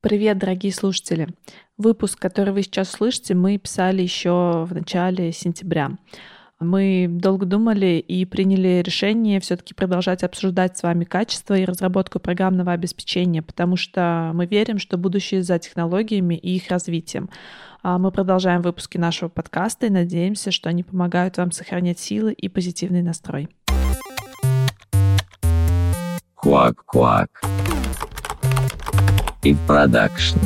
Привет, дорогие слушатели! Выпуск, который вы сейчас слышите, мы писали еще в начале сентября. Мы долго думали и приняли решение все-таки продолжать обсуждать с вами качество и разработку программного обеспечения, потому что мы верим, что будущее за технологиями и их развитием. Мы продолжаем выпуски нашего подкаста и надеемся, что они помогают вам сохранять силы и позитивный настрой. Квак-квак. И продакшн.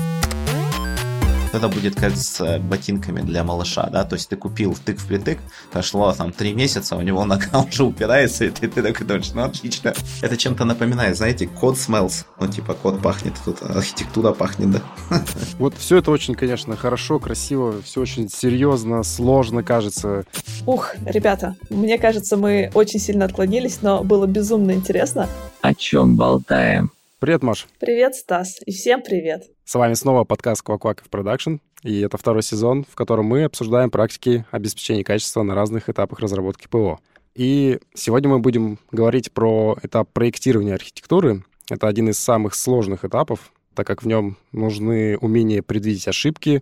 Это будет как с ботинками для малыша, да, то есть ты купил втык-впритык, прошло там 3 месяца, у него нога уже упирается, и ты такой думаешь, ну отлично. Это чем-то напоминает, знаете, код smells, ну типа код пахнет, тут архитектура пахнет, да. Вот все это очень, конечно, хорошо, красиво, все очень серьезно, сложно кажется. Ух, ребята, мне кажется, мы очень сильно отклонились, но было безумно интересно. О чем болтаем? Привет, Маш. Привет, Стас, и всем привет. С вами снова подкаст «Квак-квак и продакшн», и это второй сезон, в котором мы обсуждаем практики обеспечения качества на разных этапах разработки ПО. И сегодня мы будем говорить про этап проектирования архитектуры. Это один из самых сложных этапов, так как в нем нужны умения предвидеть ошибки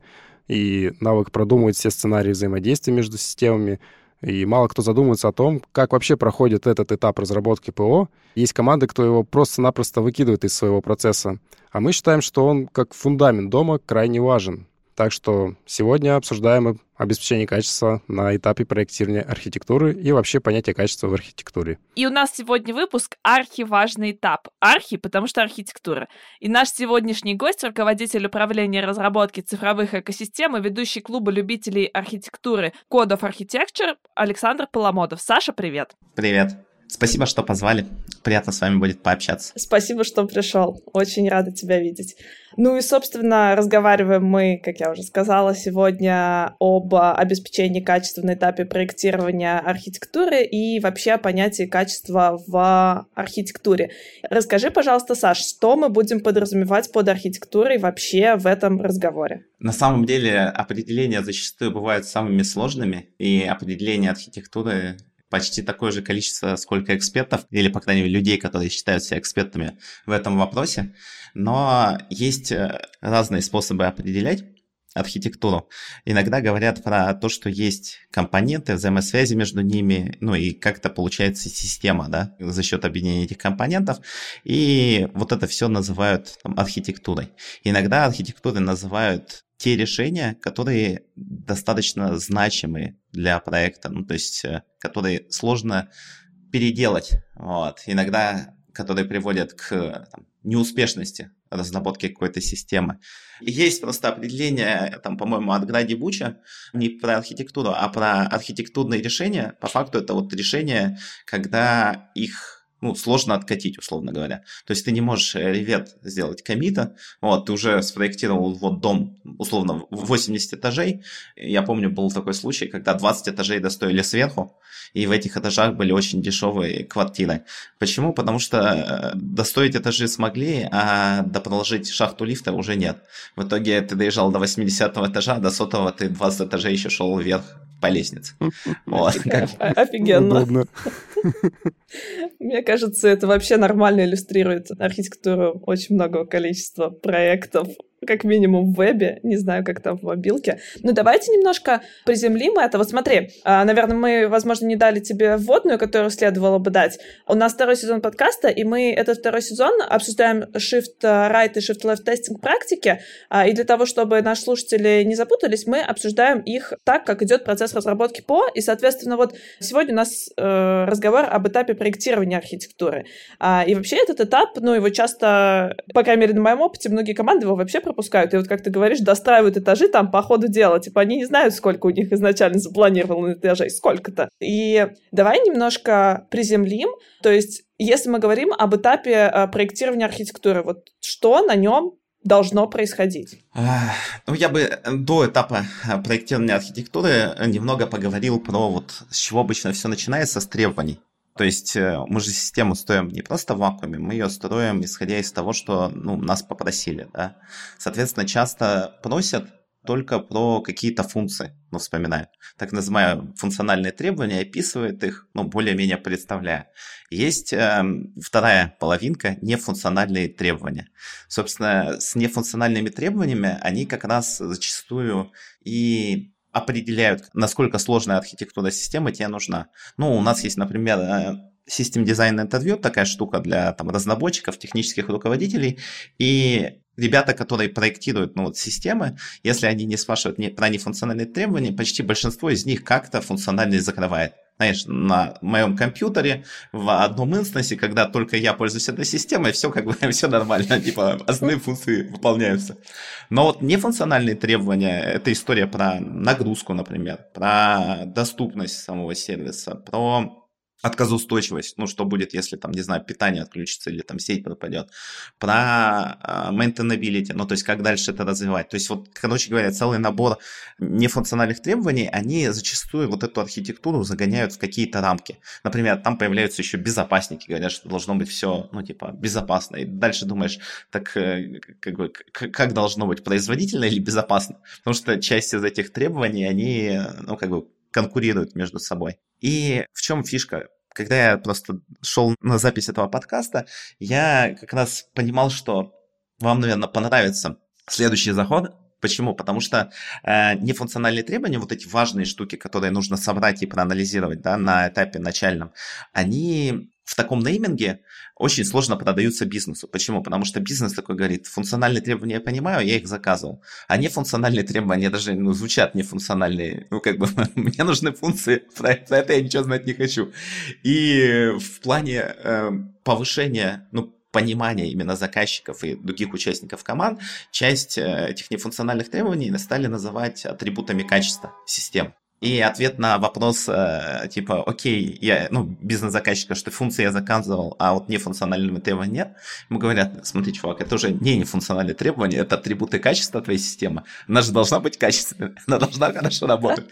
и навык продумывать все сценарии взаимодействия между системами. И мало кто задумывается о том, как вообще проходит этот этап разработки ПО. Есть команды, кто его просто-напросто выкидывает из своего процесса. А мы считаем, что он, как фундамент дома, крайне важен. Так что сегодня обсуждаем обеспечение качества на этапе проектирования архитектуры и вообще понятие качества в архитектуре. И у нас сегодня выпуск архиважный этап. Архи, потому что архитектура. И наш сегодняшний гость, руководитель управления разработки цифровых экосистем и ведущий клуба любителей архитектуры Code of Architecture Александр Поломодов. Саша, привет! Привет! Спасибо, что позвали. Приятно с вами будет пообщаться. Спасибо, что пришел. Очень рада тебя видеть. Ну и, собственно, разговариваем мы, как я уже сказала, сегодня об обеспечении качества на этапе проектирования архитектуры и вообще о понятии качества в архитектуре. Расскажи, пожалуйста, Саш, что мы будем подразумевать под архитектурой вообще в этом разговоре? На самом деле определения зачастую бывают самыми сложными, и определение архитектуры почти такое же количество, сколько экспертов, или, по крайней мере, людей, которые считают себя экспертами в этом вопросе. Но есть разные способы определять архитектуру. Иногда говорят про то, что есть компоненты, взаимосвязи между ними, ну и как-то получается система, да, за счет объединения этих компонентов. И вот это все называют архитектурой. Иногда архитектурой называют те решения, которые достаточно значимые для проекта, ну, то есть, которые сложно переделать, вот. Иногда, которые приводят к неуспешности разработки какой-то системы. И есть просто определение, там, по-моему, от Гради Буча, не про архитектуру, а про архитектурные решения. По факту это вот решения, когда их сложно откатить, условно говоря. То есть ты не можешь ревет сделать коммита, вот, ты уже спроектировал вот дом, условно, 80 этажей. Я помню, был такой случай, когда 20 этажей достоили сверху, и в этих этажах были очень дешевые квартиры. Почему? Потому что достоить этажи смогли, а допроложить шахту лифта уже нет. В итоге ты доезжал до 80 этажа, до 100-го ты 20 этажей еще шел вверх по лестнице. Офигенно. Мне кажется, это вообще нормально иллюстрирует архитектуру очень многого количества проектов, как минимум в вебе, не знаю, как там в мобилке. Ну, давайте немножко приземлим это. Вот смотри, наверное, мы, возможно, не дали тебе вводную, которую следовало бы дать. У нас второй сезон подкаста, и мы этот второй сезон обсуждаем shift-right и shift-left тестинг практики, и для того, чтобы наши слушатели не запутались, мы обсуждаем их так, как идет процесс разработки ПО, и, соответственно, вот сегодня у нас разговор об этапе проектирования архитектуры. И вообще этот этап, его часто, по крайней мере, на моем опыте, многие команды его вообще пропускают. И вот, как ты говоришь, достраивают этажи там по ходу дела. Типа они не знают, сколько у них изначально запланировано этажей, сколько-то. И давай немножко приземлим. То есть, если мы говорим об этапе проектирования архитектуры, вот что на нем должно происходить? Я бы до этапа проектирования архитектуры немного поговорил про вот с чего обычно все начинается, с требований. То есть мы же систему строим не просто в вакууме, мы ее строим исходя из того, что нас попросили. Да? Соответственно, часто просят только про какие-то функции, вспоминает. Так называемые функциональные требования, описывает их, более-менее представляя. Есть вторая половинка, нефункциональные требования. Собственно, с нефункциональными требованиями они как раз зачастую и определяют, насколько сложная архитектура системы тебе нужна. У нас есть, например, System Design Interview, такая штука для разработчиков, технических руководителей, и ребята, которые проектируют системы, если они не спрашивают про нефункциональные требования, почти большинство из них как-то функциональность закрывает. Знаешь, на моем компьютере в одном инстансе, когда только я пользуюсь этой системой, все все нормально, основные функции выполняются. Но нефункциональные требования, это история про нагрузку, например, про доступность самого сервиса, про отказоустойчивость, что будет, если питание отключится или сеть пропадет, про maintainability, то есть как дальше это развивать. То есть короче говоря, целый набор нефункциональных требований, они зачастую эту архитектуру загоняют в какие-то рамки. Например, там появляются еще безопасники, говорят, что должно быть все, безопасно. И дальше думаешь, так как должно быть, производительно или безопасно? Потому что часть из этих требований, они, конкурируют между собой. И в чем фишка? Когда я просто шел на запись этого подкаста, я как раз понимал, что вам, наверное, понравится следующий заход. Почему? Потому что нефункциональные требования, эти важные штуки, которые нужно собрать и проанализировать на этапе начальном, они в таком нейминге очень сложно продаются бизнесу. Почему? Потому что бизнес такой говорит, функциональные требования я понимаю, я их заказывал. А нефункциональные требования даже звучат нефункциональные. Мне нужны функции, про это я ничего знать не хочу. И в плане повышения, понимания именно заказчиков и других участников команд, часть этих нефункциональных требований стали называть атрибутами качества систем. И ответ на вопрос, окей, бизнес-заказчика, что функции я заказывал, а нефункциональными требованиями нет, ему говорят, смотри, чувак, это уже не нефункциональные требования, это атрибуты качества твоей системы. Она же должна быть качественной, она должна хорошо работать.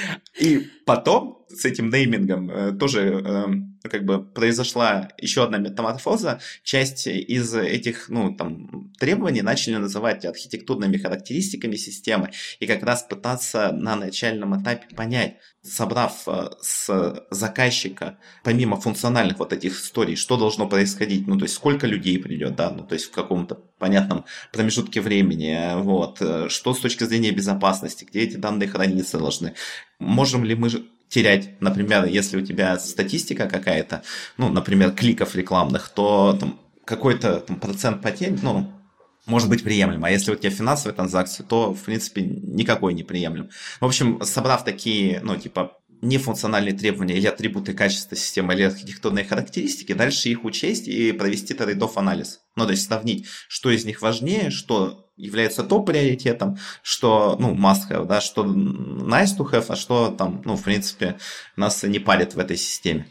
И потом с этим неймингом тоже произошла еще одна метаморфоза. Часть из этих требований начали называть архитектурными характеристиками системы и как раз пытаться на начальном этапе понять, собрав с заказчика, помимо функциональных этих историй, что должно происходить, то есть сколько людей придет, то есть в каком-то понятном промежутке времени, что с точки зрения безопасности, где эти данные храниться должны, можем ли мы терять, например, если у тебя статистика какая-то, например, кликов рекламных, то какой-то процент потерь, может быть приемлем. А если у тебя финансовые транзакции, то, в принципе, никакой не приемлем. В общем, собрав такие, нефункциональные требования или атрибуты качества системы, или архитектурные характеристики, дальше их учесть и провести трейд-офф анализ. То есть сравнить, что из них важнее, что является топ-приоритетом, что, must-have, что nice-to-have, а что в принципе, нас не парит в этой системе.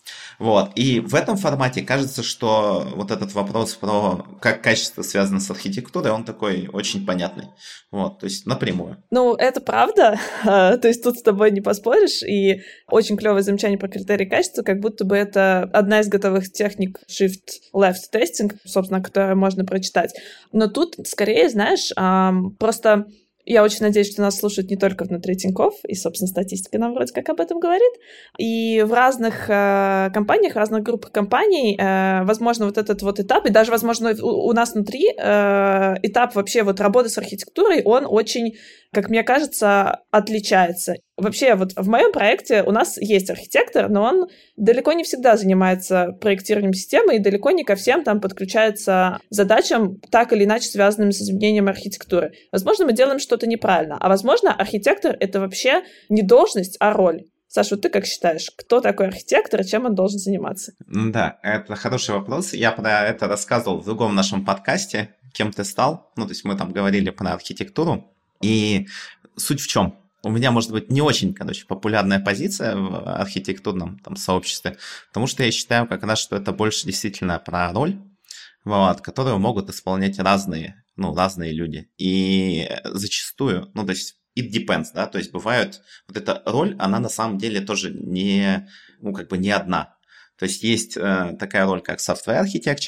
И в этом формате кажется, что этот вопрос про как качество связано с архитектурой, он такой очень понятный. То есть напрямую. Это правда. То есть тут с тобой не поспоришь. И очень клевое замечание про критерии качества, как будто бы это одна из готовых техник shift-left testing, собственно, которую можно прочитать. Но тут скорее, знаешь, просто... Я очень надеюсь, что нас слушают не только внутри Тинькофф, и, собственно, статистика нам вроде как об этом говорит. И в разных компаниях, в разных группах компаний, возможно, этот этап, и даже, возможно, у нас внутри этап вообще работы с архитектурой, он очень, как мне кажется, отличается. Вообще, в моем проекте у нас есть архитектор, но он далеко не всегда занимается проектированием системы и далеко не ко всем подключается задачам, так или иначе связанным с изменением архитектуры. Возможно, мы делаем что-то неправильно, а возможно, архитектор — это вообще не должность, а роль. Саша, ты как считаешь, кто такой архитектор и чем он должен заниматься? Да, это хороший вопрос. Я про это рассказывал в другом нашем подкасте «Кем ты стал?». То есть мы там говорили про архитектуру. И суть в чем? У меня, может быть, не очень, популярная позиция в архитектурном сообществе, потому что я считаю как раз, что это больше действительно про роль, которую могут исполнять разные люди. И зачастую, то есть it depends, то есть бывают, эта роль, она на самом деле тоже не одна. То есть есть такая роль, как software architecture,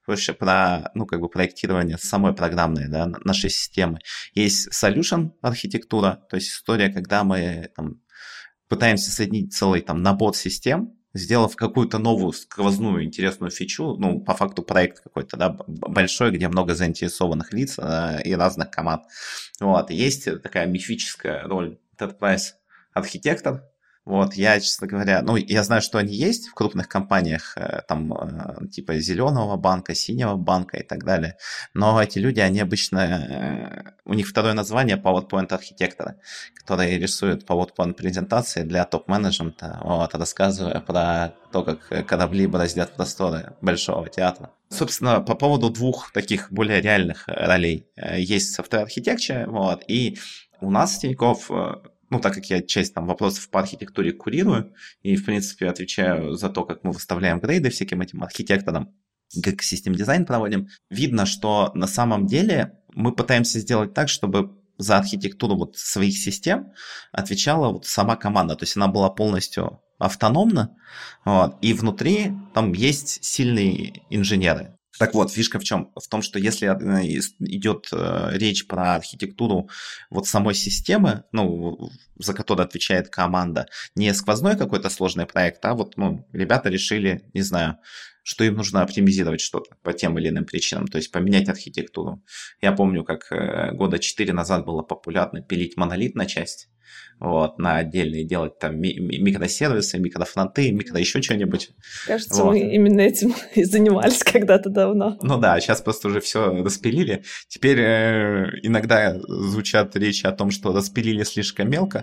больше про, проектирование самой программной, да, нашей системы. Есть solution архитектура, то есть история, когда мы пытаемся соединить целый набор систем, сделав какую-то новую сквозную интересную фичу, по факту проект какой-то, да, большой, где много заинтересованных лиц и разных команд. Есть такая мифическая роль enterprise архитектор. Я, честно говоря, я знаю, что они есть в крупных компаниях, типа зеленого банка, синего банка и так далее, но эти люди, они обычно, у них второе название PowerPoint архитекторы, которые рисуют PowerPoint презентации для топ-менеджмента, рассказывая про то, как корабли бороздят просторы Большого театра. Собственно, по поводу двух таких более реальных ролей. Есть software architecture, и у нас в Тинькофф, так как я часть вопросов по архитектуре курирую и, в принципе, отвечаю за то, как мы выставляем грейды всяким этим архитекторам, как систем-дизайн проводим, видно, что на самом деле мы пытаемся сделать так, чтобы за архитектуру своих систем отвечала сама команда, то есть она была полностью автономна, и внутри там есть сильные инженеры. Так вот, фишка в чем? В том, что если идет речь про архитектуру самой системы, за которую отвечает команда, не сквозной какой-то сложный проект, а ребята решили, не знаю, что им нужно оптимизировать что-то по тем или иным причинам, то есть поменять архитектуру. Я помню, как года 4 назад было популярно пилить монолит на части, на отдельные, делать там микросервисы, микрофронты, еще что-нибудь. Кажется, мы именно этим и занимались когда-то давно. Сейчас просто уже все распилили. Теперь иногда звучат речи о том, что распилили слишком мелко.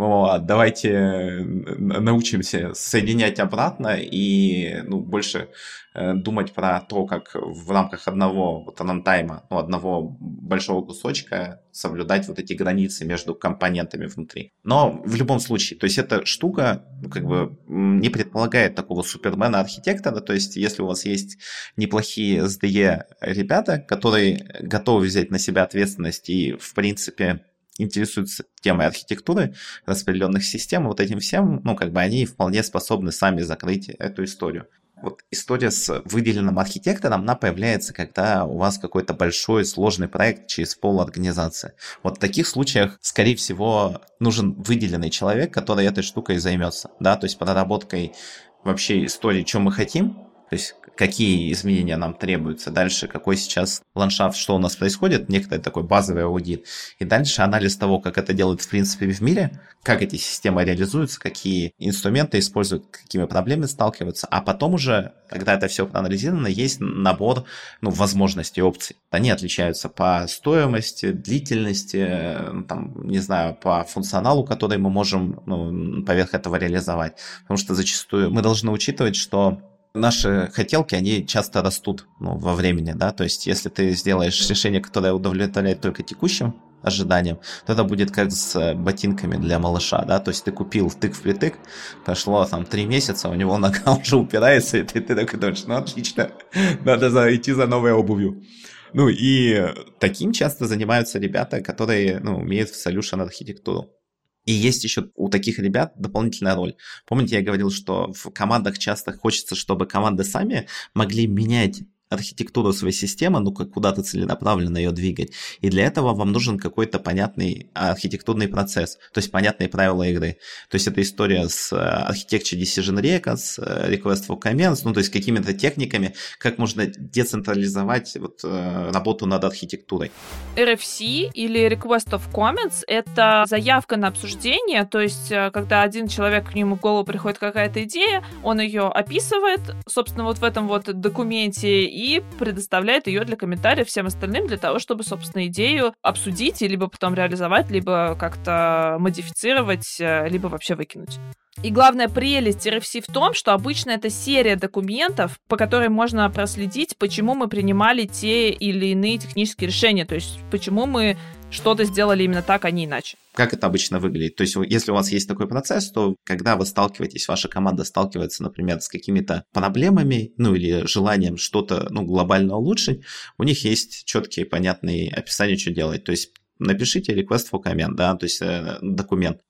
Давайте научимся соединять обратно и больше думать про то, как в рамках одного рантайма, одного большого кусочка соблюдать эти границы между компонентами внутри. Но в любом случае, то есть эта штука не предполагает такого супермена-архитектора, то есть если у вас есть неплохие SDE ребята, которые готовы взять на себя ответственность и, в принципе, интересуются темой архитектуры распределенных систем, этим всем, они вполне способны сами закрыть эту историю. История с выделенным архитектором, она появляется, когда у вас какой-то большой сложный проект через полорганизации. В таких случаях, скорее всего, нужен выделенный человек, который этой штукой займется, да, то есть проработкой вообще истории, что мы хотим, то есть какие изменения нам требуются, дальше какой сейчас ландшафт, что у нас происходит, некоторый такой базовый аудит, и дальше анализ того, как это делают в принципе в мире, как эти системы реализуются, какие инструменты используют, какими проблемами сталкиваются, а потом уже, когда это все проанализировано, есть набор возможностей, опций. Они отличаются по стоимости, длительности, по функционалу, который мы можем поверх этого реализовать, потому что зачастую мы должны учитывать, что наши хотелки, они часто растут во времени, да, то есть если ты сделаешь решение, которое удовлетворяет только текущим ожиданиям, то это будет как с ботинками для малыша, да, то есть ты купил тык-впритык, прошло 3 месяца, у него нога уже упирается, и ты такой думаешь, отлично, надо идти за новой обувью. И таким часто занимаются ребята, которые, умеют в solution архитектуру. И есть еще у таких ребят дополнительная роль. Помните, я говорил, что в командах часто хочется, чтобы команды сами могли менять архитектуру своей системы, как куда-то целенаправленно ее двигать. И для этого вам нужен какой-то понятный архитектурный процесс, то есть понятные правила игры. То есть это история с Architecture Decision Records, Request for Comments, то есть какими-то техниками, как можно децентрализовать работу над архитектурой. RFC или Request of Comments — это заявка на обсуждение, то есть когда один человек, к нему в голову приходит какая-то идея, он ее описывает, собственно, в этом документе и предоставляет ее для комментариев всем остальным для того, чтобы, собственно, идею обсудить и либо потом реализовать, либо как-то модифицировать, либо вообще выкинуть. И главная прелесть RFC в том, что обычно это серия документов, по которой можно проследить, почему мы принимали те или иные технические решения, то есть почему мы что-то сделали именно так, а не иначе. Как это обычно выглядит? То есть если у вас есть такой процесс, то когда вы сталкиваетесь, ваша команда сталкивается, например, с какими-то проблемами, или желанием что-то глобально улучшить, у них есть четкие, понятные описания, что делать. То есть напишите request for comment, да, то есть документ.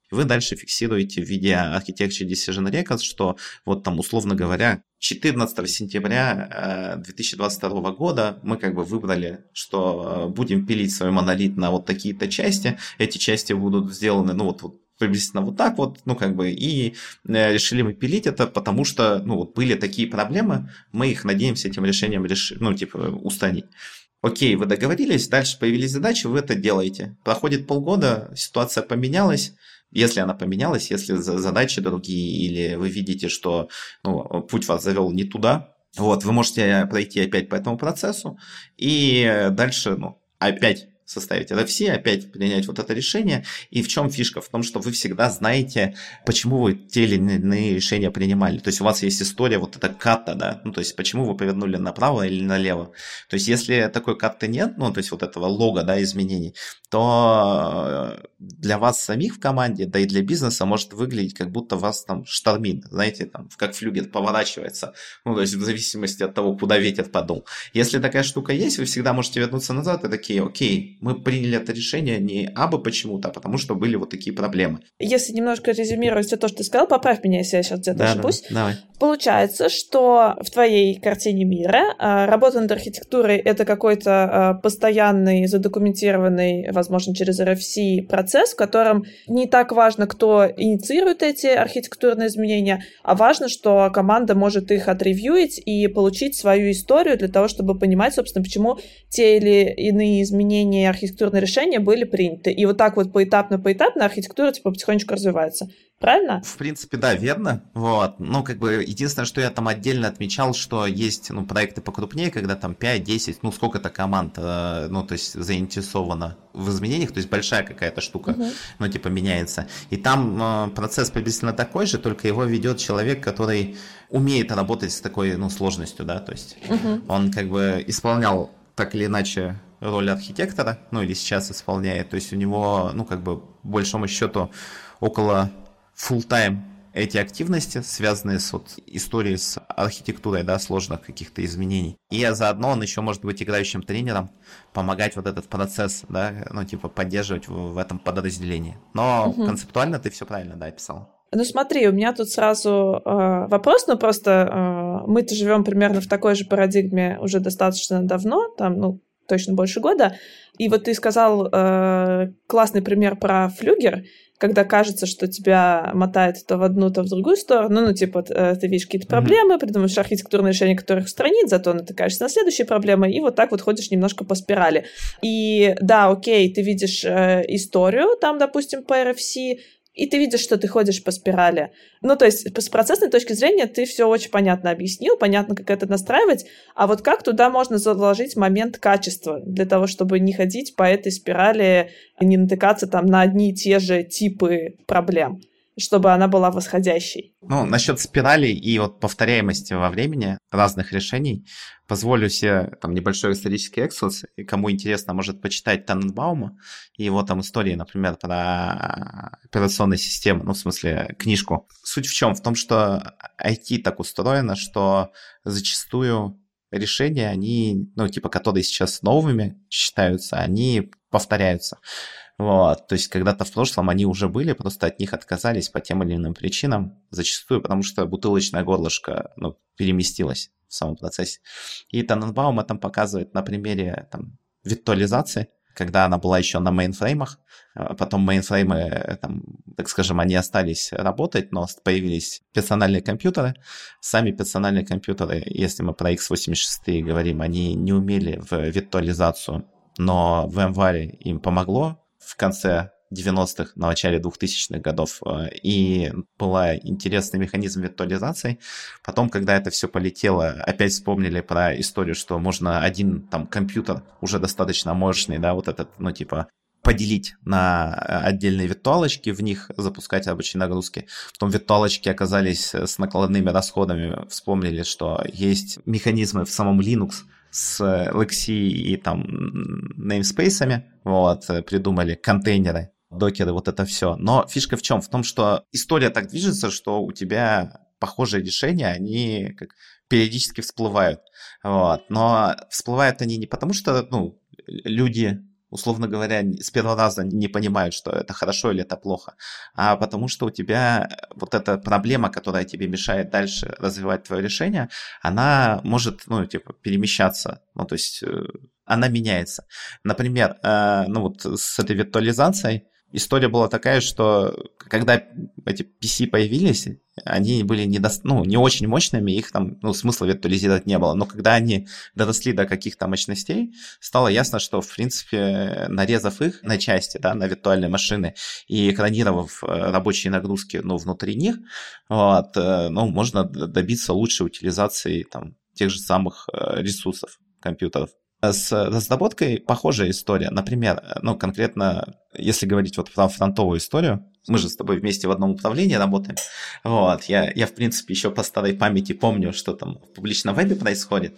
Вы дальше фиксируете в виде Architecture Decision Records, что вот там, условно говоря, 14 сентября 2022 года мы как бы выбрали, что будем пилить свой монолит на вот такие-то части. Эти части будут сделаны, ну вот приблизительно вот так вот, ну как бы, и решили мы пилить это, потому что, ну вот были такие проблемы, мы их надеемся этим решением устранить. Окей, вы договорились, дальше появились задачи, вы это делаете. Проходит полгода, ситуация поменялась. Если она поменялась, если задачи другие, или вы видите, что путь вас завел не туда, вот, вы можете пройти опять по этому процессу и дальше опять составить RFC, опять принять вот это решение. И в чем фишка? В том, что вы всегда знаете, почему вы те или иные решения принимали. То есть у вас есть история вот эта катта, да, то есть почему вы повернули направо или налево. То есть если такой катты нет, то есть вот этого лога, да, изменений, то для вас самих в команде, да и для бизнеса может выглядеть, как будто вас там штормит, знаете, там, как флюгер поворачивается, то есть в зависимости от того, куда ветер подул. Если такая штука есть, вы всегда можете вернуться назад и такие, окей, мы приняли это решение не абы почему-то, а потому что были вот такие проблемы. Если немножко резюмировать все то, что ты сказал, поправь меня, если я сейчас где-то ошибусь. Давай. Получается, что в твоей картине мира работа над архитектурой — это какой-то постоянный, задокументированный, возможно, через RFC процесс, в котором не так важно, кто инициирует эти архитектурные изменения, а важно, что команда может их отревьюить и получить свою историю для того, чтобы понимать, собственно, почему те или иные изменения архитектурные решения были приняты. И вот так вот поэтапно архитектура потихонечку развивается. Правильно? В принципе, да, верно. Вот. Единственное, что я там отдельно отмечал, что есть, проекты покрупнее, когда там 5-10, сколько-то команд, то есть заинтересовано в изменениях, то есть большая какая-то штука, меняется. И там процесс приблизительно такой же, только его ведет человек, который умеет работать с такой, сложностью, да, то есть он исполнял так или иначе роль архитектора, или сейчас исполняет, то есть у него, по большому счету, около full-time эти активности, связанные с историей с архитектурой, да, сложных каких-то изменений. И заодно он еще может быть играющим тренером, помогать вот этот процесс, да, поддерживать в этом подразделении. Но концептуально ты все правильно, да, описал. Смотри, у меня тут сразу вопрос, просто мы-то живем примерно в такой же парадигме уже достаточно давно, там, точно больше года. И вот ты сказал классный пример про флюгер, когда кажется, что тебя мотает то в одну, то в другую сторону. Ты видишь какие-то проблемы, придумаешь архитектурные решения, которых устранить, зато натыкаешься на следующие проблемы, и вот так вот ходишь немножко по спирали. И да, окей, ты видишь историю, там, допустим, по RFC, и ты видишь, что ты ходишь по спирали. То есть с процессной точки зрения ты все очень понятно объяснил, понятно, как это настраивать, а вот как туда можно заложить момент качества для того, чтобы не ходить по этой спирали, не натыкаться там на одни и те же типы проблем, чтобы она была восходящей. Насчет спиралей и повторяемости во времени разных решений, позволю себе там небольшой исторический экскурс, и кому интересно, может почитать Таненбаума и его там истории, например, про операционные системы, в смысле книжку. Суть в чем? В том, что IT так устроено, что зачастую решения, они, которые сейчас новыми считаются, они повторяются. Вот, то есть когда-то в прошлом они уже были, просто от них отказались по тем или иным причинам, зачастую потому что бутылочное горлышко переместилось в самом процессе. И Таненбаум это показывает на примере виртуализации, когда она была еще на мейнфреймах, потом мейнфреймы, так скажем, они остались работать, но появились персональные компьютеры. Сами персональные компьютеры, если мы про x86 говорим, они не умели в виртуализацию, но VMware им помогло в конце 90-х, на начале 2000-х годов, и был интересный механизм виртуализации. Потом, когда это все полетело, опять вспомнили про историю, что можно один компьютер уже достаточно мощный, да, поделить на отдельные виртуалочки, в них запускать рабочие нагрузки. Потом виртуалочки оказались с накладными расходами, вспомнили, что есть механизмы в самом Linux, с LXC и namespace'ами, придумали контейнеры, докеры, это все. Но фишка в чем? В том, что история так движется, что у тебя похожие решения, они периодически всплывают. Но всплывают они не потому, что люди условно говоря, с первого раза не понимают, что это хорошо или это плохо, а потому что у тебя вот эта проблема, которая тебе мешает дальше развивать твое решение, она может, перемещаться, то есть она меняется. Например, вот с этой виртуализацией история была такая, что когда эти PC появились, они были не очень мощными, их там, смысла виртуализировать не было. Но когда они доросли до каких-то мощностей, стало ясно, что, в принципе, нарезав их на части, да, на виртуальные машины и экранировав рабочие нагрузки, внутри них, можно добиться лучшей утилизации там тех же самых ресурсов компьютеров. С разработкой похожая история. Например, конкретно, если говорить вот про фронтовую историю, мы же с тобой вместе в одном управлении работаем. Я в принципе, еще по старой памяти помню, что там в публичном вебе происходит.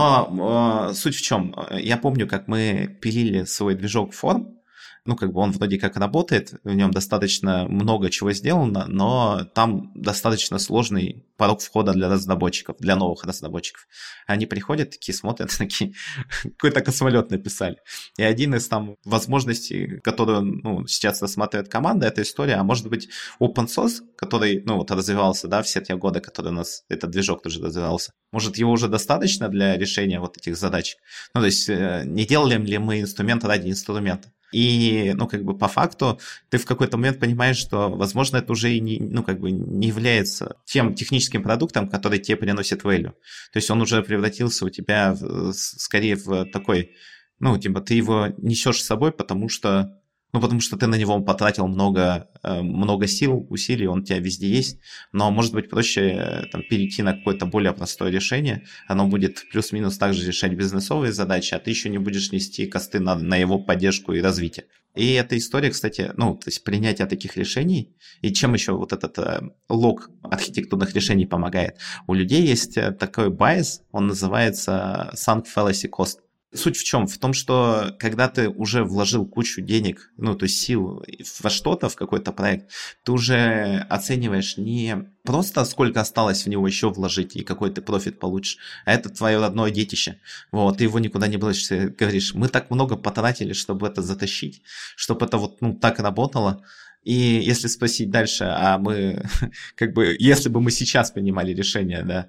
Но суть в чем? Я помню, как мы пилили свой движок форм. Он вроде как работает, в нем достаточно много чего сделано, но там достаточно сложный порог входа для разработчиков, для новых разработчиков. Они приходят, такие смотрят, какой-то космолет написали. И один из там возможностей, которую сейчас рассматривает команда, это история, а может быть open source, который развивался, да, все те годы, которые у нас этот движок тоже развивался. Может, его уже достаточно для решения вот этих задач? То есть не делали ли мы инструмент ради инструмента? И, по факту ты в какой-то момент понимаешь, что, возможно, это уже и не является тем техническим продуктом, который тебе приносит value. То есть он уже превратился у тебя скорее в такой, ты его несешь с собой, потому что ты на него потратил много сил, усилий, он у тебя везде есть, но может быть проще перейти на какое-то более простое решение, оно будет плюс-минус также решать бизнесовые задачи, а ты еще не будешь нести косты на его поддержку и развитие. И эта история, кстати, то есть принятие таких решений, и чем еще вот этот лог архитектурных решений помогает. У людей есть такой bias, он называется sunk fallacy cost. Суть в чем? В том, что когда ты уже вложил кучу денег, то есть сил во что-то, в какой-то проект, ты уже оцениваешь не просто сколько осталось в него еще вложить и какой ты профит получишь, а это твое родное детище. Ты его никуда не бросишь. Ты говоришь, мы так много потратили, чтобы это затащить, чтобы это так работало. И если спросить дальше, а мы, если бы мы сейчас принимали решение, да,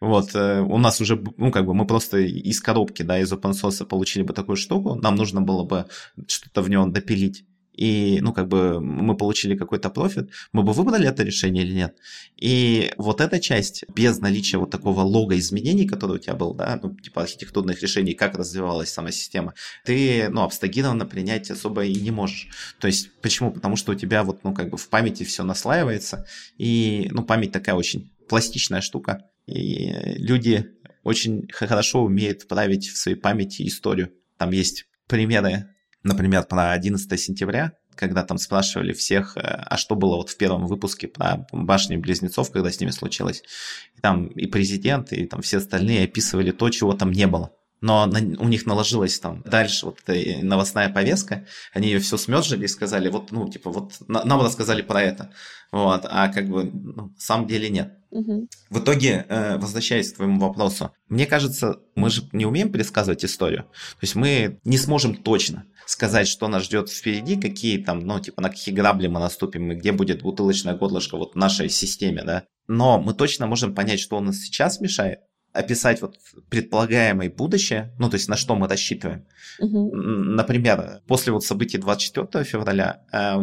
у нас уже, мы просто из коробки, да, из open source получили бы такую штуку, нам нужно было бы что-то в нем допилить, и, мы получили какой-то профит, мы бы выбрали это решение или нет? И вот эта часть, без наличия вот такого лога изменений, который у тебя был, да, архитектурных решений, как развивалась сама система, ты, абстрагированно принять особо и не можешь. То есть, почему? Потому что у тебя в памяти все наслаивается, и, память такая очень пластичная штука, и люди очень хорошо умеют править в своей памяти историю. Там есть примеры. Например, про 11 сентября, когда там спрашивали всех, а что было в первом выпуске про башни-близнецов, когда с ними случилось. И там и президент, и там все остальные описывали то, чего там не было. Но у них наложилась там дальше эта новостная повестка, они ее все смёрджили и сказали, нам рассказали про это, а на самом деле нет. Угу. В итоге, возвращаясь к твоему вопросу, мне кажется, мы же не умеем предсказывать историю, то есть мы не сможем точно сказать, что нас ждет впереди, какие там, на какие грабли мы наступим, и где будет бутылочное горлышко в нашей системе, да. Но мы точно можем понять, что у нас сейчас мешает, описать предполагаемое будущее, то есть на что мы рассчитываем. Угу. Например, после событий 24 февраля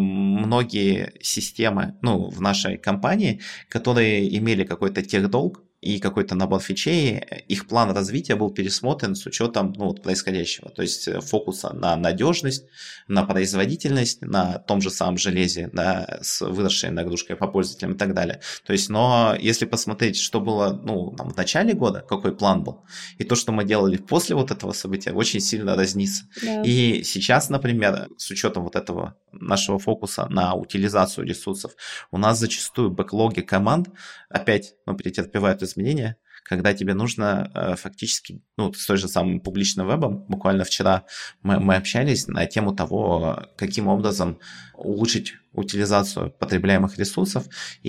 многие системы, в нашей компании, которые имели какой-то техдолг и какой-то набор фичей, их план развития был пересмотрен с учетом происходящего. То есть фокуса на надежность, на производительность, на том же самом железе, да, с выросшей нагрузкой по пользователям и так далее. То есть, но если посмотреть, что было в начале года, какой план был, и то, что мы делали после этого события, очень сильно разнится. Да. И сейчас, например, с учетом этого нашего фокуса на утилизацию ресурсов, у нас зачастую бэклоги команд опять претерпевают изменения, когда тебе нужно фактически, с той же самым публичным вебом, буквально вчера мы общались на тему того, каким образом улучшить утилизацию потребляемых ресурсов,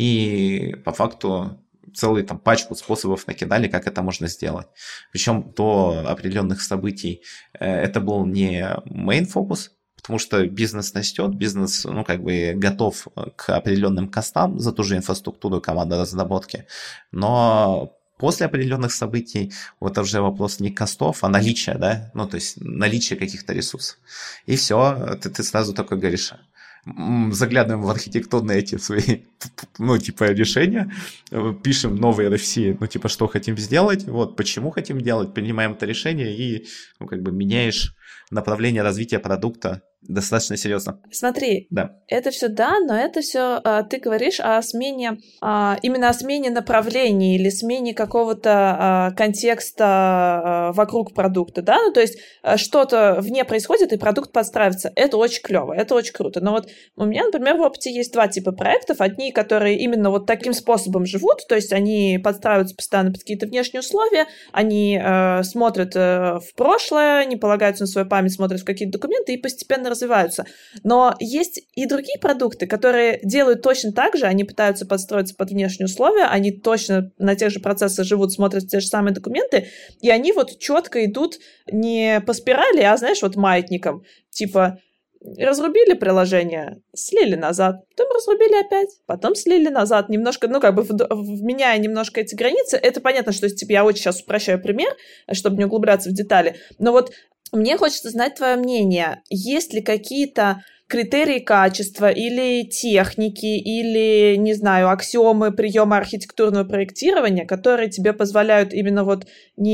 и по факту целую пачку способов накидали, как это можно сделать. Причем до определенных событий это был не main фокус, потому что бизнес растет, бизнес, ну, как бы готов к определенным костам за ту же инфраструктуру команды разработки, но после определенных событий вот уже вопрос не костов, а наличия, да, ну, то есть наличие каких-то ресурсов. И все, ты сразу такой говоришь, заглядываем в архитектурные эти свои, ну, типа, решения, пишем новые RFC, ну, типа, что хотим сделать, вот, почему хотим делать, принимаем это решение и, ну, как бы меняешь направление развития продукта достаточно серьезно. Смотри, да. Это все да, но это все ты говоришь о смене, именно о смене направлений или смене какого-то контекста вокруг продукта, да, ну то есть что-то вне происходит, и продукт подстраивается. Это очень клево, это очень круто. Но вот у меня, например, в опыте есть два типа проектов. Одни, которые именно вот таким способом живут, то есть они подстраиваются постоянно под какие-то внешние условия, они смотрят в прошлое, не полагаются на свою память, смотрят в какие-то документы и постепенно развиваются. Но есть и другие продукты, которые делают точно так же, они пытаются подстроиться под внешние условия, они точно на тех же процессах живут, смотрят те же самые документы, и они вот четко идут не по спирали, а, знаешь, вот маятником. Типа, разрубили приложение, слили назад, потом разрубили опять, потом слили назад, немножко, ну, как бы меняя немножко эти границы. Это понятно, что типа, я очень сейчас упрощаю пример, чтобы не углубляться в детали, но вот мне хочется знать твое мнение. Есть ли какие-то критерии качества или техники, или, не знаю, аксиомы приема архитектурного проектирования, которые тебе позволяют именно вот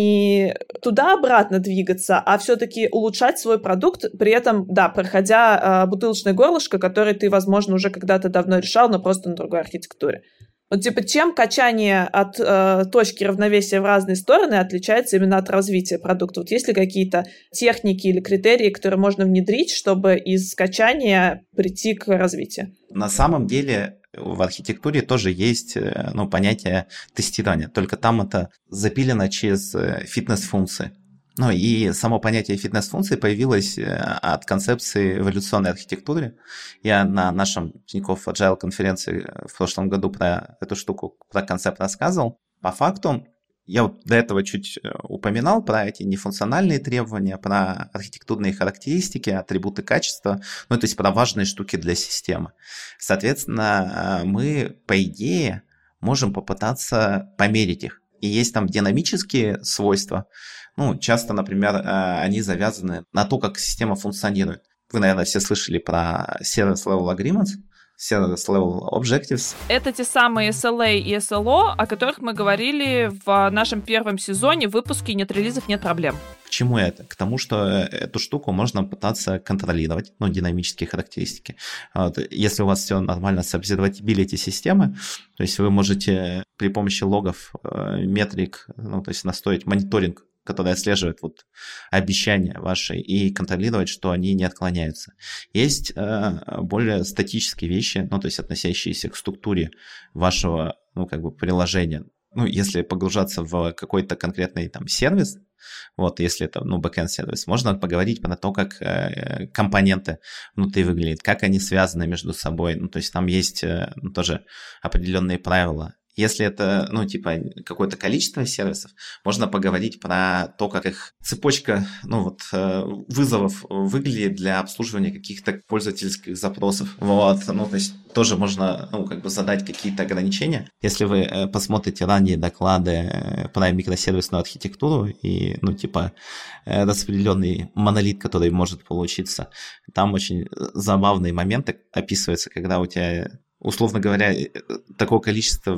не туда-обратно двигаться, а все-таки улучшать свой продукт, при этом, да, проходя бутылочное горлышко, которое ты, возможно, уже когда-то давно решал, но просто на другой архитектуре. Вот типа чем качание от точки равновесия в разные стороны отличается именно от развития продукта? Вот есть ли какие-то техники или критерии, которые можно внедрить, чтобы из качания прийти к развитию? На самом деле в архитектуре тоже есть понятие тестирования, только там это запилено через фитнес-функции. Ну и само понятие фитнес-функции появилось от концепции эволюционной архитектуры. Я на нашем Тинькофф Agile конференции в прошлом году про эту штуку, про концепт рассказывал. По факту, я вот до этого чуть упоминал про эти нефункциональные требования, про архитектурные характеристики, атрибуты качества, ну то есть про важные штуки для системы. Соответственно, мы, по идее, можем попытаться померить их. И есть там динамические свойства. Ну, часто, например, они завязаны на то, как система функционирует. Вы, наверное, все слышали про Service Level Agreements, Service Level Objectives. Это те самые SLA и SLO, о которых мы говорили в нашем первом сезоне в выпуске «Нет релизов, нет проблем». К чему это? К тому, что эту штуку можно пытаться контролировать, ну, динамические характеристики. Вот. Если у вас все нормально с observability системы, то есть вы можете при помощи логов, метрик, ну, то есть настроить мониторинг, который отслеживает вот обещания ваши и контролировать, что они не отклоняются. Есть более статические вещи, ну, то есть относящиеся к структуре вашего, ну, как бы приложения. Ну, если погружаться в какой-то конкретный там сервис, вот, если это, ну, backend сервис, можно поговорить про то, как компоненты внутри выглядят, как они связаны между собой. Ну, то есть там есть тоже определенные правила. Если это, ну, типа, какое-то количество сервисов, можно поговорить про то, как их цепочка, ну, вот, вызовов выглядит для обслуживания каких-то пользовательских запросов. Вот, ну, то есть тоже можно, ну, как бы задать какие-то ограничения. Если вы посмотрите ранние доклады про микросервисную архитектуру и, ну, типа, распределенный монолит, который может получиться, там очень забавные моменты описываются, когда у тебя, условно говоря, такое количество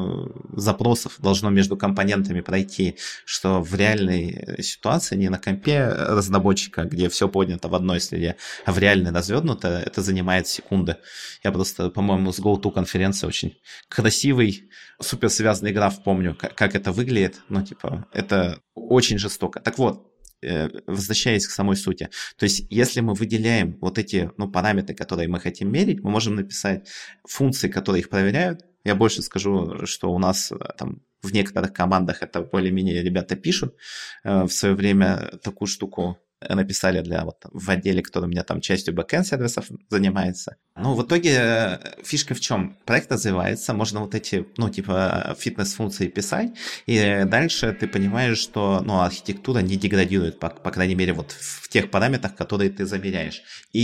запросов должно между компонентами пройти, что в реальной ситуации, не на компе разработчика, где все поднято в одной среде, а в реальной развернуто, это занимает секунды. Я просто, по-моему, с GoTo конференции очень красивый, супер связанный граф помню, как это выглядит. Ну, типа, это очень жестоко. Так вот, возвращаясь к самой сути. То есть, если мы выделяем вот эти, ну, параметры, которые мы хотим мерить, мы можем написать функции, которые их проверяют. Я больше скажу, что у нас там в некоторых командах это более-менее ребята пишут. В свое время такую штуку написали для вот в отделе, который у меня там частью бэкэнд-сервисов занимается. Ну, в итоге фишка в чем? Проект развивается, можно вот эти, ну, типа, фитнес-функции писать, и дальше ты понимаешь, что, ну, архитектура не деградирует, по крайней мере, вот в тех параметрах, которые ты замеряешь.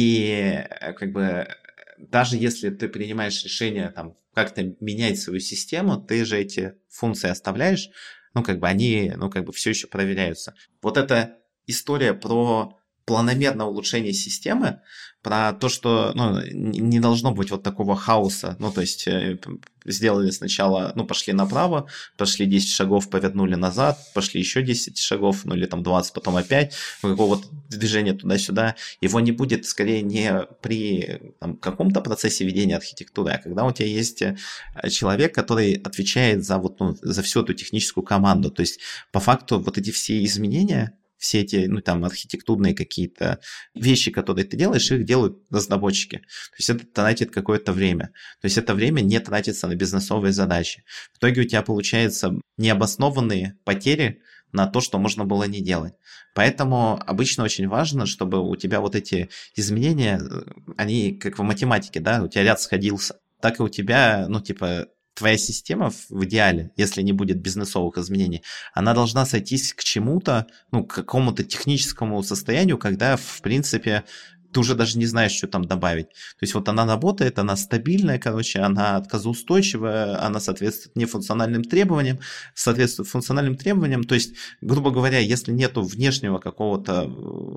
И, как бы, даже если ты принимаешь решение, там, как-то менять свою систему, ты же эти функции оставляешь, ну, как бы, они, ну, как бы, все еще проверяются. Вот эта история про планомерное улучшение системы, про то, что, ну, не должно быть вот такого хаоса. Ну, то есть сделали сначала, ну, пошли направо, прошли 10 шагов, повернули назад, пошли еще 10 шагов, ну, или там 20, потом опять, какого-то движения туда-сюда. Его не будет, скорее, не при там, каком-то процессе ведения архитектуры, а когда у тебя есть человек, который отвечает за, вот, ну, за всю эту техническую команду. То есть, по факту, вот эти все изменения, все эти, ну, там, архитектурные какие-то вещи, которые ты делаешь, их делают разработчики. То есть это тратит какое-то время. То есть это время не тратится на бизнесовые задачи. В итоге у тебя получаются необоснованные потери на то, что можно было не делать. Поэтому обычно очень важно, чтобы у тебя вот эти изменения, они как в математике, да, у тебя ряд сходился. Так и у тебя, ну, типа, твоя система в идеале, если не будет бизнесовых изменений, она должна сойтись к чему-то, ну, к какому-то техническому состоянию, когда, в принципе, ты уже даже не знаешь, что там добавить. То есть вот она работает, она стабильная, короче, она отказоустойчивая, она соответствует нефункциональным требованиям, соответствует функциональным требованиям. То есть, грубо говоря, если нету внешнего какого-то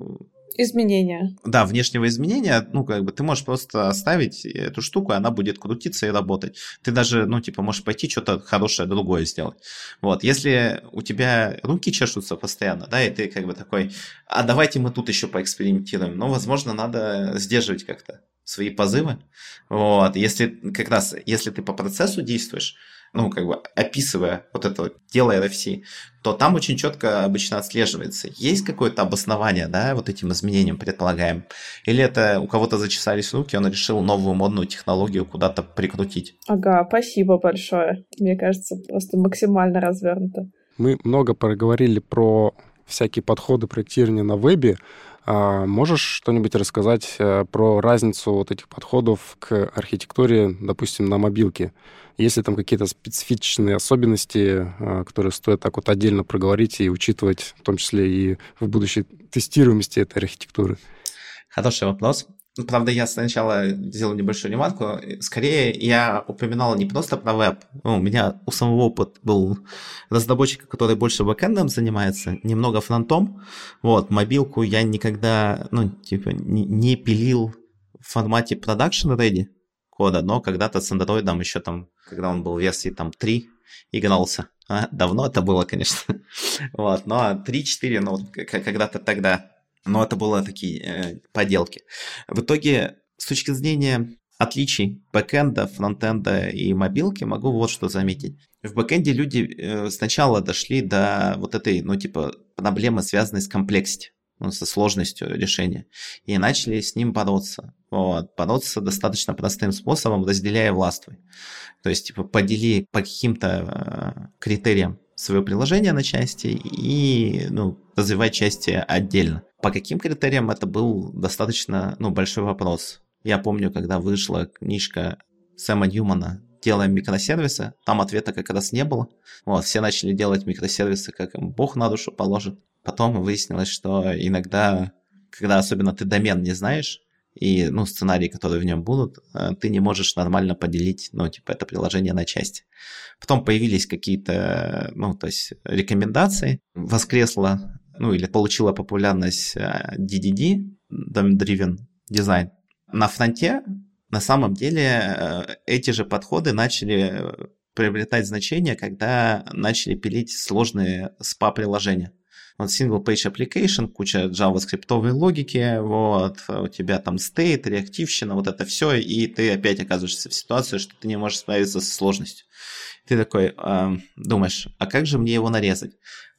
изменения. Да, внешнего изменения, ну, как бы ты можешь просто оставить эту штуку, и она будет крутиться и работать. Ты даже, ну, типа, можешь пойти что-то хорошее другое сделать. Вот, если у тебя руки чешутся постоянно, да, и ты как бы такой, а давайте мы тут еще поэкспериментируем, ну, возможно, надо сдерживать как-то свои позывы. Вот, если как раз, если ты по процессу действуешь, ну, как бы описывая вот это дело RFC, то там очень четко обычно отслеживается. Есть какое-то обоснование, да, вот этим изменениям предполагаем? Или это у кого-то зачесались руки, он решил новую модную технологию куда-то прикрутить? Ага, спасибо большое. Мне кажется, просто максимально развернуто. Мы много проговорили про всякие подходы проектирования на вебе. Можешь что-нибудь рассказать про разницу вот этих подходов к архитектуре, допустим, на мобилке? Есть ли там какие-то специфичные особенности, которые стоит так вот отдельно проговорить и учитывать, в том числе и в будущей тестируемости этой архитектуры? Хороший вопрос. Правда, я сначала сделал небольшую ремарку. Скорее, я упоминал не просто про веб. У меня у самого опыт был разработчика, который больше бэкэндом занимается, немного фронтом. Вот, мобилку я никогда, ну, типа, не пилил в формате production ready кода, но когда-то с андроидом еще там, когда он был в версии там 3, игрался. Давно это было, конечно. Вот, но 3-4, ну, когда-то тогда. Но это были такие поделки. В итоге, с точки зрения отличий бэкэнда, фронтенда и мобилки, могу вот что заметить. В бэкэнде люди сначала дошли до вот этой, ну, типа, проблемы, связанной с комплексностью, ну, со сложностью решения, и начали с ним бороться. Вот. Бороться достаточно простым способом, разделяя властвуй. То есть, типа, подели по каким-то критериям свое приложение на части и, ну, развивать части отдельно. По каким критериям, это был достаточно, ну, большой вопрос. Я помню, когда вышла книжка Сэма Ньюмана «Делаем микросервисы», там ответа как раз не было. Вот, все начали делать микросервисы, как им Бог на душу положит. Потом выяснилось, что иногда, когда особенно ты домен не знаешь, и, ну, сценарии, которые в нем будут, ты не можешь нормально поделить, ну, типа, это приложение на части. Потом появились какие-то, ну, то есть рекомендации. Воскресла, ну, или получила популярность DDD, Domain-Driven Design. На фронте, на самом деле, эти же подходы начали приобретать значение, когда начали пилить сложные SPA-приложения. Вот single page application, куча JavaScript логики, вот, у тебя там state, реактивщина, вот это все, и ты опять оказываешься в ситуации, что ты не можешь справиться со сложностью. Ты такой думаешь, а как же мне его нарезать?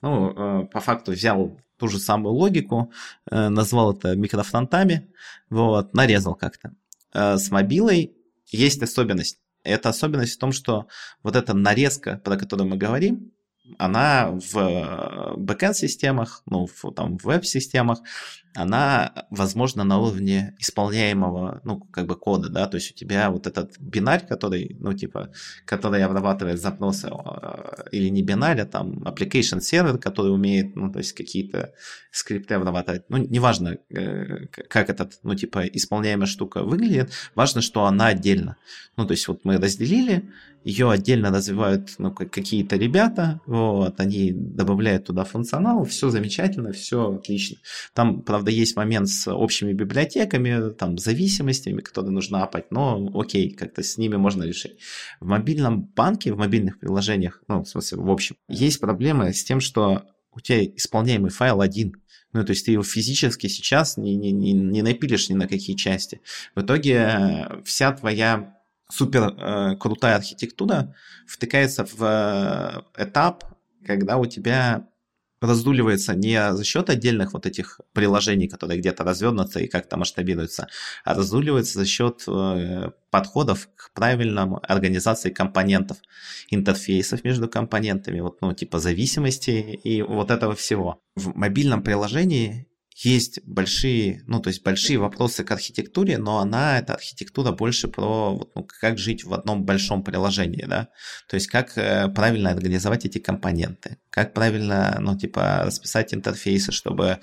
Ну, по факту взял ту же самую логику, назвал это микрофронтами, вот, нарезал как-то. С мобилой есть особенность. Эта особенность в том, что вот эта нарезка, про которую мы говорим, она в бэкэнд-системах, ну, там, в веб-системах, она возможна на уровне исполняемого, кода, да, то есть у тебя вот этот бинарь, который, который обрабатывает запросы, или не бинарь, а там application сервер, который умеет, то есть какие-то скрипты обрабатывать, неважно, как этот, исполняемая штука выглядит, важно, что она отдельно. То есть вот мы разделили, ее отдельно развивают какие-то ребята, они добавляют туда функционал, все замечательно, все отлично. Там, правда, есть момент с общими библиотеками, там, зависимостями, которые нужно апать, но окей, как-то с ними можно решить. В мобильном банке, в мобильных приложениях, в смысле, в общем, есть проблемы с тем, что у тебя исполняемый файл один. То есть ты его физически сейчас не напилишь ни на какие части. В итоге вся твоя супер крутая архитектура втыкается в этап, когда у тебя раздуливается не за счет отдельных вот этих приложений, которые где-то развернутся и как-то масштабируются, а раздуливается за счет подходов к правильной организации компонентов, интерфейсов между компонентами, зависимостей и вот этого всего. В мобильном приложении есть большие вопросы к архитектуре, но эта архитектура больше про как жить в одном большом приложении, да, то есть как правильно организовать эти компоненты, как правильно, расписать интерфейсы, чтобы,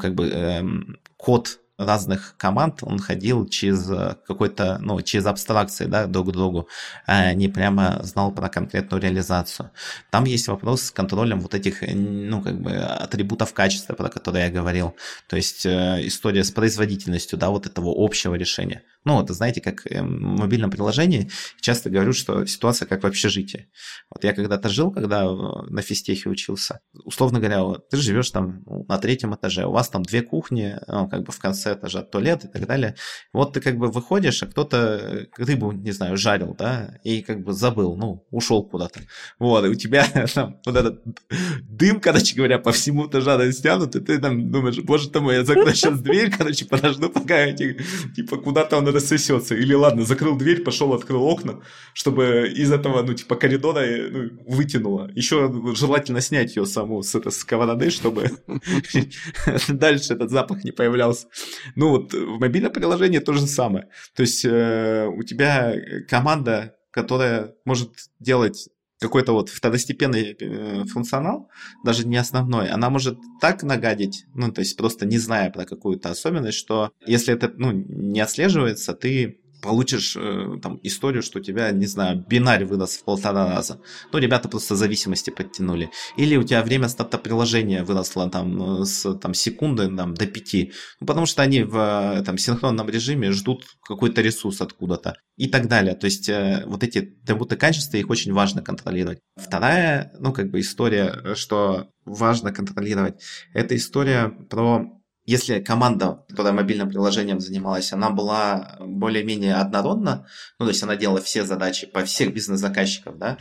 код разных команд, он ходил через какой-то, через абстракции, да, друг к другу, а не прямо знал про конкретную реализацию. Там есть вопрос с контролем вот этих, атрибутов качества, про которые я говорил. То есть история с производительностью, да, вот этого общего решения. Знаете, как в мобильном приложении часто говорю, что ситуация как в общежитии. Вот я когда-то жил, когда на физтехе учился, условно говоря, ты живешь там на 3-м этаже, у вас там 2 кухни, в конце этажа туалет и так далее. Вот ты выходишь, а кто-то рыбу, не знаю, жарил, да, и забыл, ушел куда-то. Вот, и у тебя там вот этот дым, короче говоря, по всему этажу растянут, и ты там думаешь, боже ты мой, я закрою сейчас дверь, подожду, пока куда-то он рассосется. Или ладно, закрыл дверь, пошел, открыл окна, чтобы из этого, коридора вытянуло. Еще желательно снять ее саму с этой сковороды, чтобы дальше этот запах не появлялся. В мобильном приложении то же самое. То есть у тебя команда, которая может делать какой-то второстепенный функционал, даже не основной, она может так нагадить, то есть просто не зная про какую-то особенность, что если это, не отслеживается, ты получишь историю, что у тебя, не знаю, бинарь вырос в 1,5 раза. Ребята просто зависимости подтянули. Или у тебя время старта приложения выросло с секунды до 5. Потому что они в синхронном режиме ждут какой-то ресурс откуда-то. И так далее. То есть вот эти атрибуты качества, их очень важно контролировать. Вторая, история, что важно контролировать, это история про... Если команда, которая мобильным приложением занималась, она была более-менее однородна, то есть она делала все задачи по всех бизнес-заказчиков, да,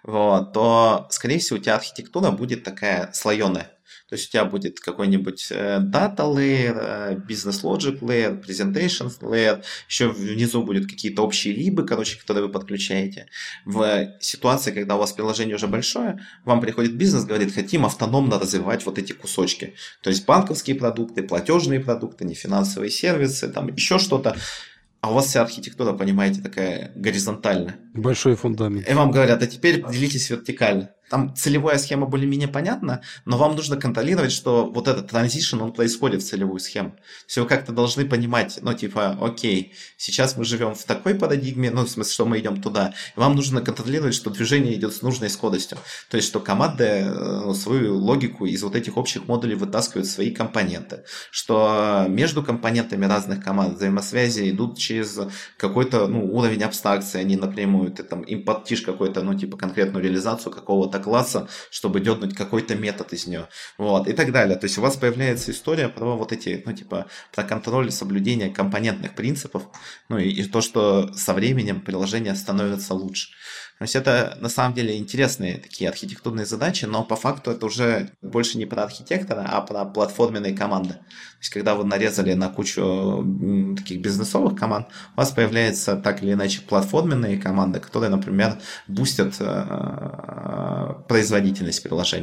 то, скорее всего, у тебя архитектура будет такая слоеная. То есть у тебя будет какой-нибудь data layer, business logic layer, presentation layer, еще внизу будут какие-то общие либы, которые вы подключаете. В ситуации, когда у вас приложение уже большое, вам приходит бизнес, говорит, хотим автономно развивать вот эти кусочки. То есть банковские продукты, платежные продукты, нефинансовые сервисы, еще что-то. А у вас вся архитектура, понимаете, такая горизонтальная. Большой фундамент. И вам говорят, а теперь делитесь вертикально. Там целевая схема более-менее понятна, но вам нужно контролировать, что вот этот транзишн, он происходит в целевую схему. То есть вы как-то должны понимать, окей, сейчас мы живем в такой парадигме, в смысле, что мы идем туда. И вам нужно контролировать, что движение идет с нужной скоростью. То есть, что команды свою логику из вот этих общих модулей вытаскивают свои компоненты. Что между компонентами разных команд взаимосвязи идут через какой-то уровень абстракции, они напрямую, ты импортишь какой-то, конкретную реализацию какого-то класса, чтобы дернуть какой-то метод из нее. И так далее. То есть у вас появляется история про вот эти, про контроль соблюдения компонентных принципов, и то, что со временем приложение становится лучше. То есть это на самом деле интересные такие архитектурные задачи, но по факту это уже больше не про архитектора, а про платформенные команды. То есть когда вы нарезали на кучу таких бизнесовых команд, у вас появляются так или иначе платформенные команды, которые, например, бустят производительность приложения.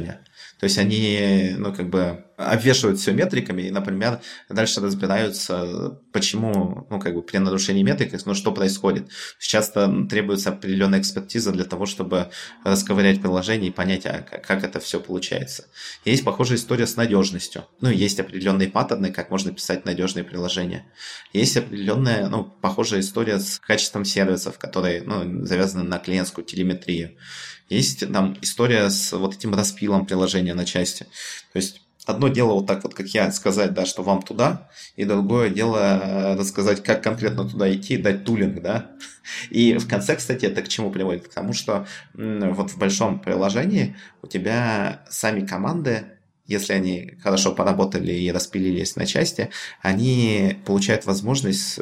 То есть они, ну, как бы обвешивают все метриками и, например, дальше разбираются, почему, ну, как бы при нарушении метрик, ну, что происходит. Часто требуется определенная экспертиза для того, чтобы расковырять приложение и понять, как это все получается. Есть похожая история с надежностью. Ну, есть определенные паттерны, как можно писать надежные приложения. Есть определенная, ну, похожая история с качеством сервисов, которые, ну, завязаны на клиентскую телеметрию. Есть там история с вот этим распилом приложения на части. То есть одно дело вот так вот, как я, сказать, да, что вам туда, и другое дело рассказать, как конкретно туда идти, дать тулинг, да. И в конце, кстати, это к чему приводит? К тому, что вот в большом приложении у тебя сами команды, если они хорошо поработали и распилились на части, они получают возможность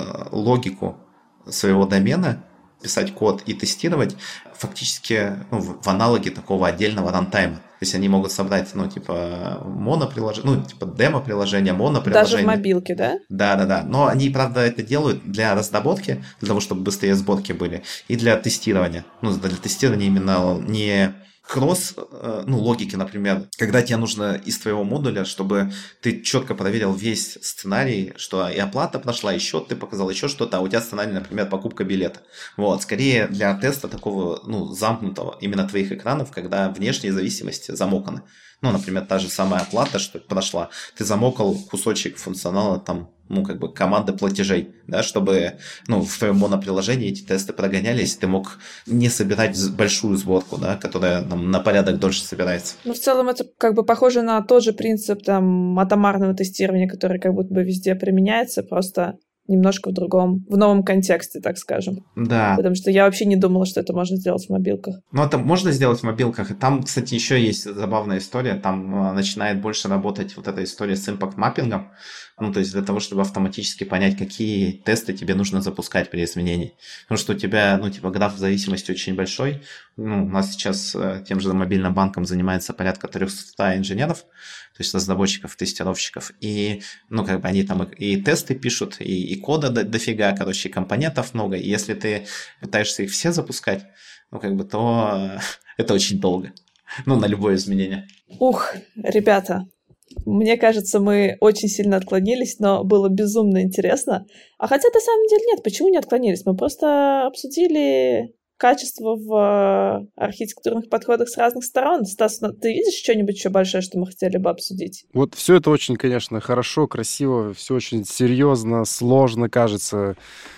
логику своего домена писать код и тестировать фактически, ну, в аналоге такого отдельного рантайма. То есть они могут собрать, ну, типа, моноприложение, ну, типа, демо-приложение, моноприложение. Даже в мобилке, да? Да. Но они, правда, это делают для разработки, для того, чтобы быстрее сборки были, и для тестирования. Ну, для тестирования именно не кросс, ну, логики, например, когда тебе нужно из твоего модуля, чтобы ты четко проверил весь сценарий, что и оплата прошла, и счет ты показал, еще что-то, а у тебя сценарий, например, покупка билета. Вот, скорее для теста такого, ну, замкнутого именно твоих экранов, когда внешние зависимости замоканы. Ну, например, та же самая оплата, что прошла, ты замокал кусочек функционала там, ну, как бы команды платежей, да, чтобы, ну, в твоем моноприложении эти тесты прогонялись, ты мог не собирать большую сборку, да, которая там на порядок дольше собирается. Ну, в целом это как бы похоже на тот же принцип там атомарного тестирования, который как будто бы везде применяется, просто немножко в новом контексте, так скажем. Да. Потому что я вообще не думала, что это можно сделать в мобилках. Ну, это можно сделать в мобилках. И там, кстати, еще есть забавная история. Там начинает больше работать вот эта история с импакт-маппингом. Ну, то есть для того, чтобы автоматически понять, какие тесты тебе нужно запускать при изменении. Потому что у тебя, ну, типа, граф зависимости очень большой. Ну, у нас сейчас тем же мобильным банком занимается порядка 300 инженеров, то есть разработчиков, тестировщиков. И, ну, как бы они там и тесты пишут, и кода дофига, короче, компонентов много. И если ты пытаешься их все запускать, ну, как бы, то это очень долго. Ну, на любое изменение. Ух, ребята, мне кажется, мы очень сильно отклонились, но было безумно интересно. А хотя, на самом деле, нет, почему не отклонились? Мы просто обсудили качество в архитектурных подходах с разных сторон. Стас, ты видишь что-нибудь еще большое, что мы хотели бы обсудить? Вот все это очень, конечно, хорошо, красиво, все очень серьезно, сложно кажется,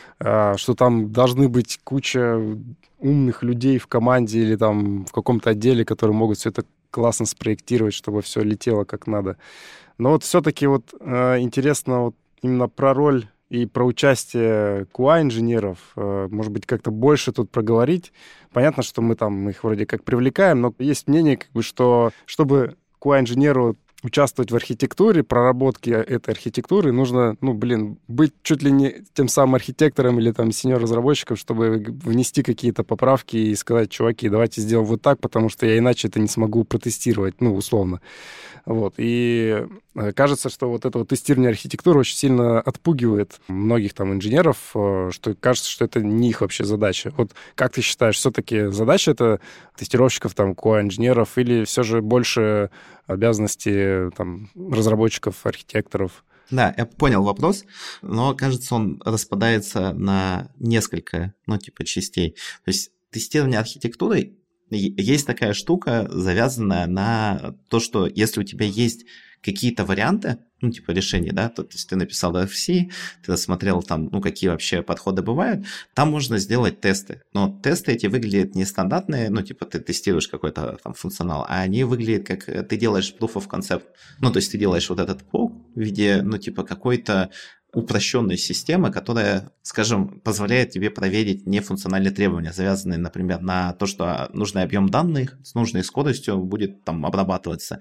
что там должны быть куча умных людей в команде или там в каком-то отделе, которые могут все это классно спроектировать, чтобы все летело как надо. Но вот все-таки вот интересно вот именно про роль и про участие QA-инженеров, может быть, как-то больше тут проговорить. Понятно, что мы там их вроде как привлекаем, но есть мнение, как бы, что чтобы QA-инженеру участвовать в архитектуре, проработке этой архитектуры, нужно, ну, быть чуть ли не тем самым архитектором или там сеньор-разработчиком, чтобы внести какие-то поправки и сказать: чуваки, давайте сделаем вот так, потому что я иначе это не смогу протестировать, ну, условно. Вот. И кажется, что вот это вот тестирование архитектуры очень сильно отпугивает многих там инженеров, что кажется, что это не их вообще задача. Вот как ты считаешь, все-таки задача это тестировщиков, там, QA-инженеров, или все же больше обязанности там разработчиков, архитекторов? Да, я понял вопрос, но, кажется, он распадается на несколько, ну, типа, частей. То есть тестирование архитектуры, есть такая штука, завязанная на то, что если у тебя есть какие-то варианты, ну, типа решений, да, то есть ты написал RFC, ты рассмотрел там, ну, какие вообще подходы бывают, там можно сделать тесты. Но тесты эти выглядят не стандартные, ну, типа ты тестируешь какой-то там функционал, а они выглядят как ты делаешь proof of concept. Ну, то есть ты делаешь вот этот прoof в виде, ну, типа какой-то упрощенной системы, которая, скажем, позволяет тебе проверить нефункциональные требования, завязанные, например, на то, что нужный объем данных с нужной скоростью будет там обрабатываться,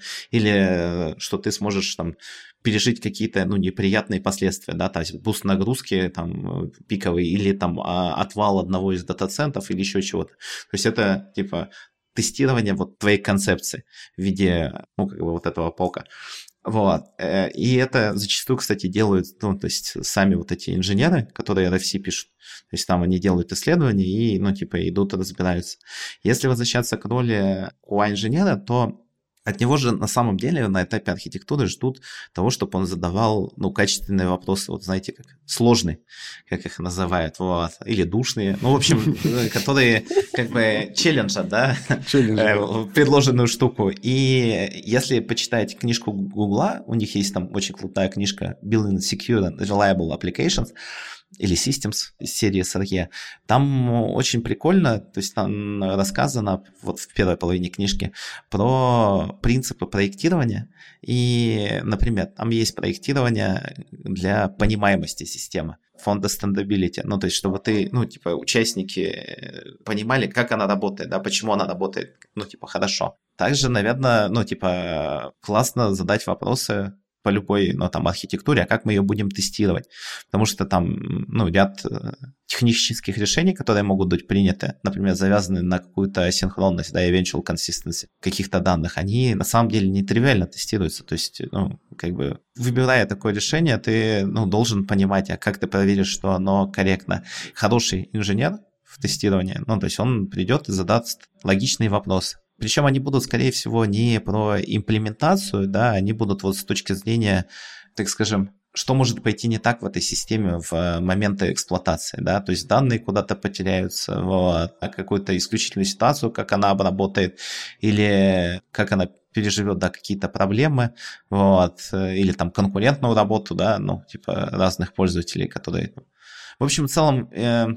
или что ты сможешь там пережить какие-то, ну, неприятные последствия, да, то есть буст нагрузки там пиковый, или там отвал одного из дата-центров, или еще чего-то. То есть это типа тестирование вот твоей концепции в виде, ну, как бы вот этого полка. Вот. И это зачастую, кстати, делают, ну, то есть сами вот эти инженеры, которые RFC пишут. То есть там они делают исследования и, ну, типа, идут и разбираются. Если возвращаться к роли QA-инженера, то От него же на самом деле на этапе архитектуры ждут того, чтобы он задавал, качественные вопросы, вот знаете, как сложные, как их называют, вот, или душные, в общем, которые как бы челленджат, да, предложенную штуку. И если почитаете книжку Гугла, у них есть там очень крутая книжка Building Secure and Reliable Applications, или Systems из серии SRE. Там очень прикольно, то есть там рассказано вот в первой половине книжки про принципы проектирования. И, например, там есть проектирование для понимаемости системы, for understandability. То есть, чтобы ты, участники понимали, как она работает, да, почему она работает, хорошо. Также, наверное, классно задать вопросы по любой, архитектуре, а как мы ее будем тестировать. Потому что там, ряд технических решений, которые могут быть приняты, например, завязаны на какую-то асинхронность, да, eventual consistency каких-то данных, они на самом деле нетривиально тестируются. То есть, выбирая такое решение, ты, должен понимать, а как ты проверишь, что оно корректно. Хороший инженер в тестировании, то есть он придет и задаст логичные вопросы. Причем они будут, скорее всего, не про имплементацию, да, они будут вот с точки зрения, так скажем, что может пойти не так в этой системе в моменты эксплуатации, да, то есть данные куда-то потеряются, вот, а какую-то исключительную ситуацию, как она обработает, или как она переживет, да, какие-то проблемы, вот, или там конкурентную работу, да, разных пользователей, которые... В общем, в целом,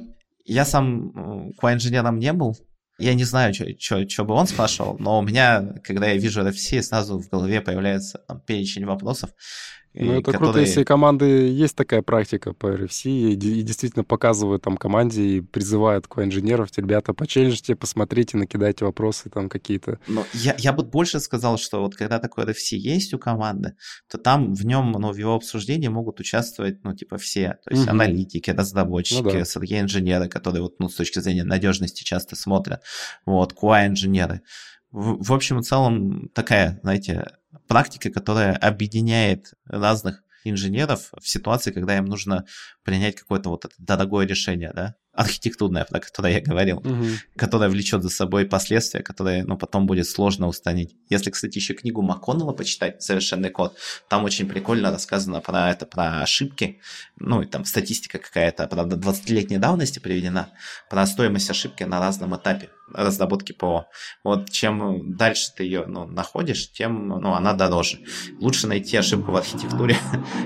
я сам QA-инженером не был. Я не знаю, что бы он спрашивал, но у меня, когда я вижу RFC, сразу в голове появляется перечень вопросов. Это круто, если команды есть такая практика по RFC, и действительно показывают там команде и призывают QA-инженеров, ребята, почелленджите, посмотрите, накидайте вопросы там какие-то. Но я бы больше сказал, что вот когда такой RFC есть у команды, то там в нем, в его обсуждении могут участвовать, все, то есть аналитики, разработчики, SRE-инженеры, которые вот, с точки зрения надежности часто смотрят, вот, QA-инженеры. В общем и целом такая, знаете, практика, которая объединяет разных инженеров в ситуации, когда им нужно принять какое-то вот это дорогое решение, да, архитектурное, про которое я говорил, которое влечет за собой последствия, которые, потом будет сложно устранить. Если, кстати, еще книгу МакКоннелла почитать «Совершенный код», там очень прикольно рассказано про ошибки, и там статистика какая-то, правда, 20-летней давности приведена, про стоимость ошибки на разном этапе разработки ПО. Вот чем дальше ты ее находишь, тем она дороже. Лучше найти ошибку в архитектуре,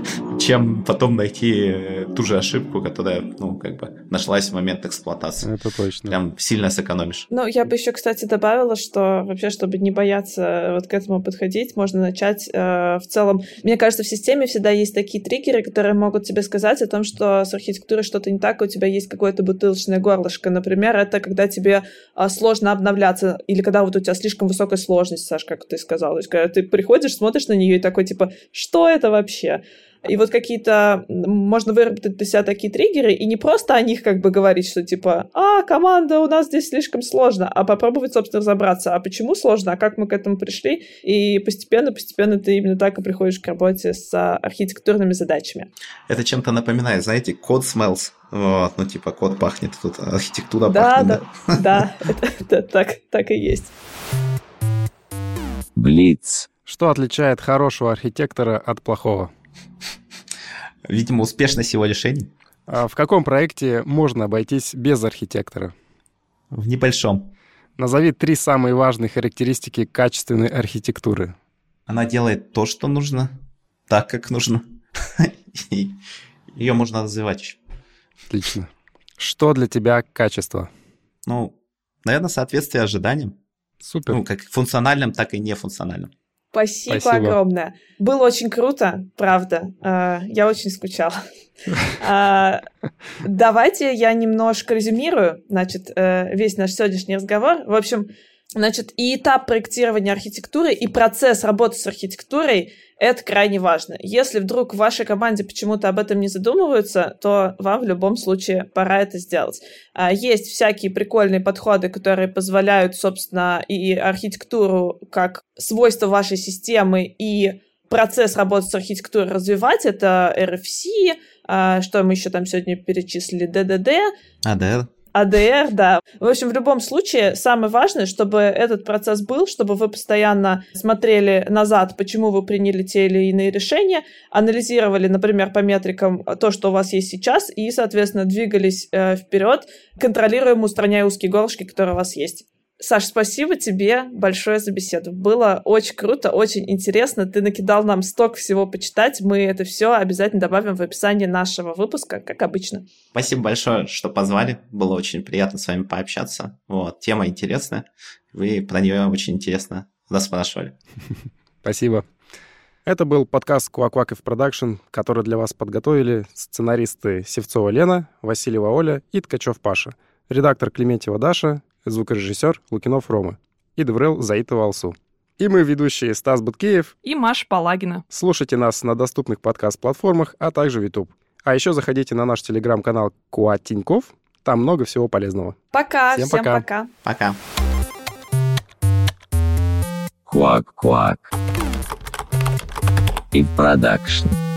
чем потом найти ту же ошибку, которая, нашлась в момент эксплуатации. Это точно. Прям сильно сэкономишь. Я бы еще, кстати, добавила, что вообще, чтобы не бояться вот к этому подходить, можно начать в целом. Мне кажется, в системе всегда есть такие триггеры, которые могут тебе сказать о том, что с архитектурой что-то не так, у тебя есть какое-то бутылочное горлышко. Например, это когда тебе сложно обновляться, или когда вот у тебя слишком высокая сложность, Саш, как ты сказал. То есть, когда ты приходишь, смотришь на нее и такой, что это вообще? И вот какие-то... Можно выработать для себя такие триггеры, и не просто о них говорить, что команда, у нас здесь слишком сложно, а попробовать, собственно, разобраться, а почему сложно, а как мы к этому пришли, и постепенно ты именно так и приходишь к работе с архитектурными задачами. Это чем-то напоминает, знаете, код smells. Вот, код пахнет, тут архитектура пахнет. Да, это так и есть. Блиц. Что отличает хорошего архитектора от плохого? Видимо, успешность его решений. А в каком проекте можно обойтись без архитектора? В небольшом. Назови 3 самые важные характеристики качественной архитектуры. Она делает то, что нужно, так, как нужно. Ее можно развивать еще. Отлично. Что для тебя качество? Наверное, соответствие ожиданиям. Супер. Как функциональным, так и нефункциональным. Спасибо огромное. Было очень круто, правда. Я очень скучала. Давайте я немножко резюмирую, весь наш сегодняшний разговор. В общем, и этап проектирования архитектуры, и процесс работы с архитектурой — это крайне важно. Если вдруг в вашей команде почему-то об этом не задумываются, то вам в любом случае пора это сделать. Есть всякие прикольные подходы, которые позволяют, собственно, и архитектуру как свойство вашей системы, и процесс работы с архитектурой развивать. Это RFC, что мы еще там сегодня перечислили, DDD. АДР, да. В общем, в любом случае, самое важное, чтобы этот процесс был, чтобы вы постоянно смотрели назад, почему вы приняли те или иные решения, анализировали, например, по метрикам то, что у вас есть сейчас, и, соответственно, двигались вперед, контролируемо устраняя узкие горлышки, которые у вас есть. Саш, спасибо тебе большое за беседу. Было очень круто, очень интересно. Ты накидал нам столько всего почитать. Мы это все обязательно добавим в описание нашего выпуска, как обычно. Спасибо большое, что позвали. Было очень приятно с вами пообщаться. Вот, тема интересная. Вы про нее очень интересно расспрашивали. Спасибо. Это был подкаст «Куак-Куак» в продакшн, который для вас подготовили сценаристы Севцова Лена, Васильева Оля и Ткачев Паша, редактор Клементьева Даша, звукорежиссер Лукинов Рома и Деврел Заитова Алсу. И мы, ведущие Стас Буткеев и Маша Палагина. Слушайте нас на доступных подкаст-платформах, а также в YouTube. А еще заходите на наш телеграм-канал Куа Тиньков. Там много всего полезного. Пока. Всем пока. Пока. Куак-куак. И продакшн.